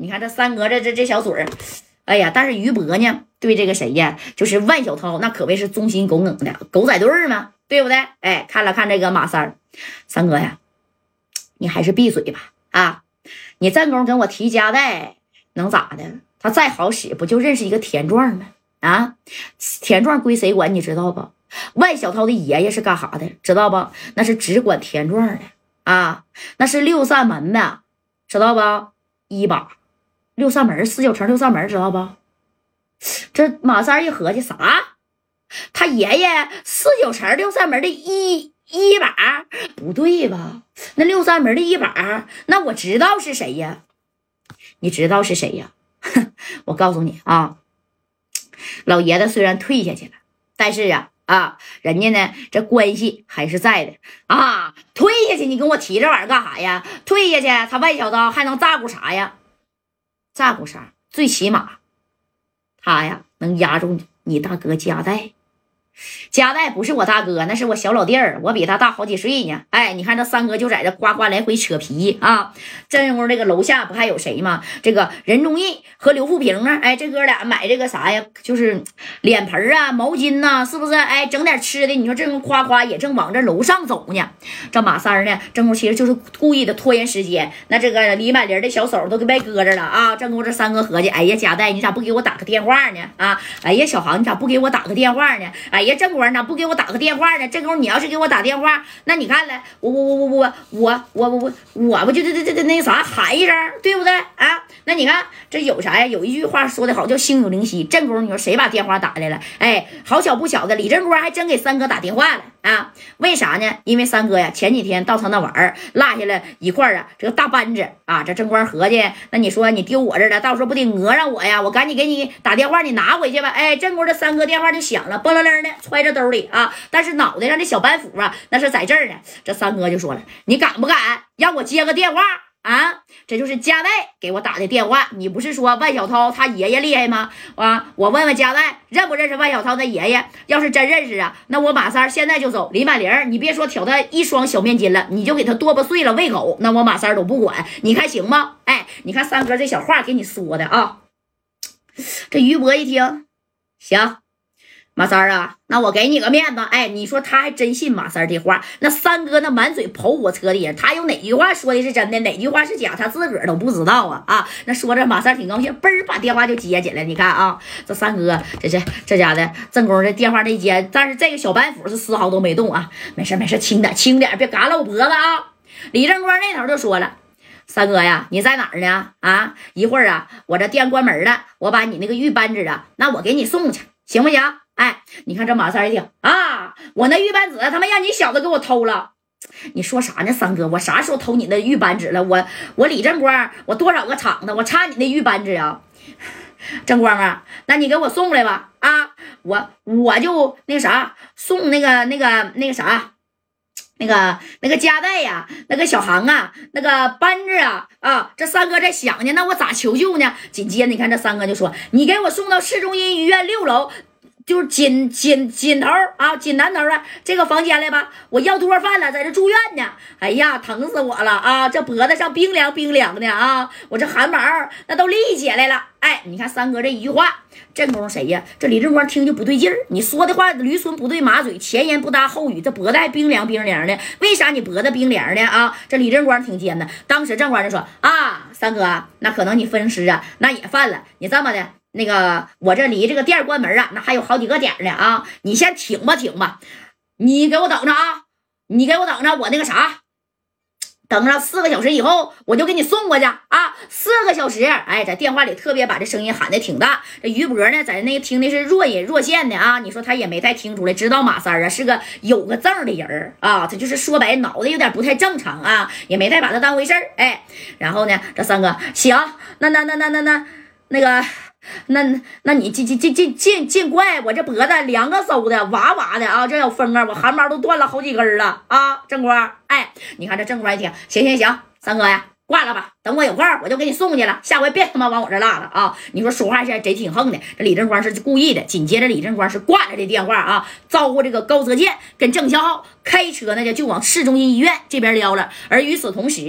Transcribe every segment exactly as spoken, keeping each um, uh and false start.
你看这三哥这这这小嘴儿，哎呀，但是于伯呢，对这个谁呀，就是万小涛，那可谓是忠心耿耿的狗仔队嘛，对不对？哎，看了看这个马三儿，三哥呀，你还是闭嘴吧啊！你正宫跟我提夹带能咋的？他再好使，不就认识一个田壮吗？啊，田壮归谁管？你知道不？万小涛的爷爷是干啥的？知道不？那是只管田壮的啊，那是六扇门的，知道不？一把六扇门，四九城六扇门，知道不？这马三一合计啥？他爷爷四九城六扇门的一一把，不对吧？那六扇门的一把，那我知道是谁呀？你知道是谁呀？我告诉你啊，老爷子虽然退下去了，但是啊啊，人家呢这关系还是在的啊。退下去，你跟我提这玩意儿干啥呀？退下去，他万小刀还能咋顾啥呀？咋顾啥？最起码他呀能压住你大哥夹带。夹带不是我大哥，那是我小老弟儿，我比他大好几岁呢。哎，你看这三哥就在这呱呱来回扯皮啊。正屋这个楼下不还有谁吗？这个任忠义和刘富平啊，哎，这哥俩买这个啥呀？就是脸盆啊、毛巾呐、啊，是不是？哎，整点吃的。你说正夸夸也正往这楼上走呢。这马三呢，正屋其实就是故意的拖延时间。那这个李满林的小手都给被搁着了啊。正屋这三哥合计，哎呀，夹带你咋不给我打个电话呢？啊，哎呀，小航你咋不给我打个电话呢？哎呀，正官呢不给我打个电话呢？正宫你要是给我打电话，那你看了，我我我我我我我我我我不就这这这这那啥喊一声，对不对啊？那你看这有啥呀？有一句话说的好，叫心有灵犀。正宫你说谁把电话打来了？哎，好巧不巧的，李正光还真给三哥打电话了啊？为啥呢？因为三哥呀前几天到他那玩儿，落下了一块啊这个大扳指啊。这正光合计，那你说你丢我这儿了，到时候不得讹上我呀？我赶紧给你打电话，你拿回去吧。哎，正宫这三哥电话就响了，嘣啦楞的揣着兜里啊，但是脑袋上的小板斧啊，那是在这儿呢。这三哥就说了，你敢不敢让我接个电话啊？这就是夹带给我打的电话。你不是说万小涛他爷爷厉害吗？啊，我问问夹带认不认识万小涛的爷爷？要是真认识啊，那我马三现在就走。李满玲，你别说挑他一双小面筋了，你就给他剁吧碎了喂狗，那我马三都不管，你看行吗？哎，你看三哥这小话给你说的啊。这于伯一听，行。马三啊，那我给你个面子。哎，你说他还真信马三这话？那三哥那满嘴跑火车的人，他有哪句话说的是真的，哪句话是假，他自个儿都不知道啊啊！那说着，马三挺高兴，嘣儿把电话就接起来。你看啊，这三哥这这这家的正宫这电话这接，但是这个小板斧是丝毫都没动啊。没事没事，轻点轻点，别嘎了我脖子啊！李正光那头就说了。三哥呀，你在哪儿呢？啊，一会儿啊，我这店关门了，我把你那个玉扳指啊，那我给你送去，行不行？哎，你看这马三一听啊，我那玉扳指他妈让你小子给我偷了。你说啥呢，三哥？我啥时候偷你的玉扳指了？我我李正光，我多少个厂子，我差你那玉扳指啊？正光啊，那你给我送来吧。啊，我我就那啥送那个那个那个啥。那个那个夹带呀，那个小航啊，那个扳指啊啊，这三哥在想呢，那我咋求救呢？紧接着你看这三哥就说，你给我送到市中心医院六楼，就是紧紧紧头啊，紧南头啊，这个房间来吧。我要多饭了，在这住院呢。哎呀，疼死我了啊！这脖子上冰凉冰凉的啊，我这汗毛那都立起来了。哎，你看三哥这一句话，正宫谁呀？这李正光听就不对劲儿。你说的话驴唇不对马嘴，前言不搭后语，这脖子还冰凉冰凉的，为啥你脖子冰凉的啊？这李正光挺尖的。当时正光就说啊，三哥，那可能你分尸啊，那也犯了。你这么的。那个我这离这个店关门啊，那还有好几个点呢啊！你先挺吧挺吧，你给我等着啊！你给我等着，我那个啥，等着四个小时以后我就给你送过去啊！四个小时，哎，在电话里特别把这声音喊的挺大。这于伯呢，在那听的是若隐若现的啊。你说他也没太听出来，知道马三啊是个有个证的人啊，他就是说白脑袋有点不太正常啊，也没太把他当回事儿。哎，然后呢，这三哥行，那那那那那那那个。那那你尽尽尽尽尽尽怪我这脖子凉个嗖的哇哇的啊，这有风啊，我汗毛都断了好几根了啊，正光，哎，你看这正光一听，行行行，三哥呀，挂了吧，等我有空我就给你送去了，下回别他妈往我这拉了啊！你说说话现在贼挺横的，这李正光是故意的。紧接着李正光是挂了这电话啊，招呼这个高泽健跟郑小浩开车那就就往市中心医院这边撩了。而与此同时呢，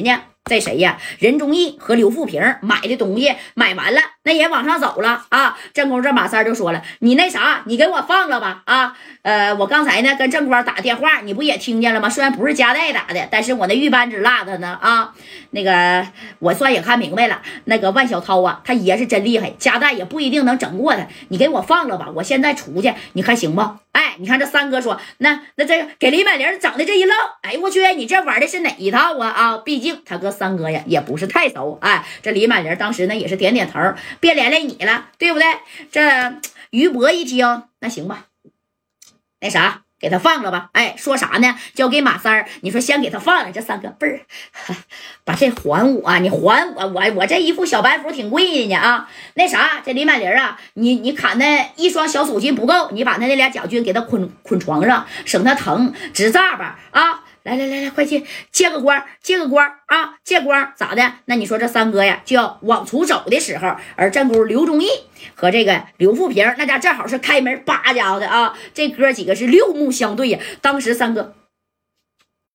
这谁呀？任忠义和刘富平买的东西买完了，那也往上走了啊。正宫这马三就说了：“你那啥，你给我放了吧啊！呃，我刚才呢跟正官打电话，你不也听见了吗？虽然不是加代打的，但是我那玉扳指落的呢啊。那个我算也看明白了，那个万小涛啊，他爷是真厉害，加代也不一定能整过他。你给我放了吧，我现在出去，你看行不？哎，你看这三哥说，那那这个给李满玲整的这一愣，哎我去，你这玩的是哪一套啊啊？毕竟他哥三哥呀也不是太熟，哎，这李满玲当时呢也是点点头，别连累你了，对不对？这于博一听，那行吧，那啥。给他放了吧，哎，说啥呢？交给马三儿，你说先给他放了，这三哥倍儿，把这还我，你还我，我我这一副小白服挺贵的呢啊。那啥，这李满玲啊，你你砍那一双小手心不够，你把他那俩甲军给他捆捆床上，省他疼，直炸吧啊！来来来来，快去借个光，借个光啊，借光咋的？那你说这三哥呀就要往出走的时候，而正宫刘忠义和这个刘富平那家正好是开门八家的啊，这哥几个是六目相对呀。当时三哥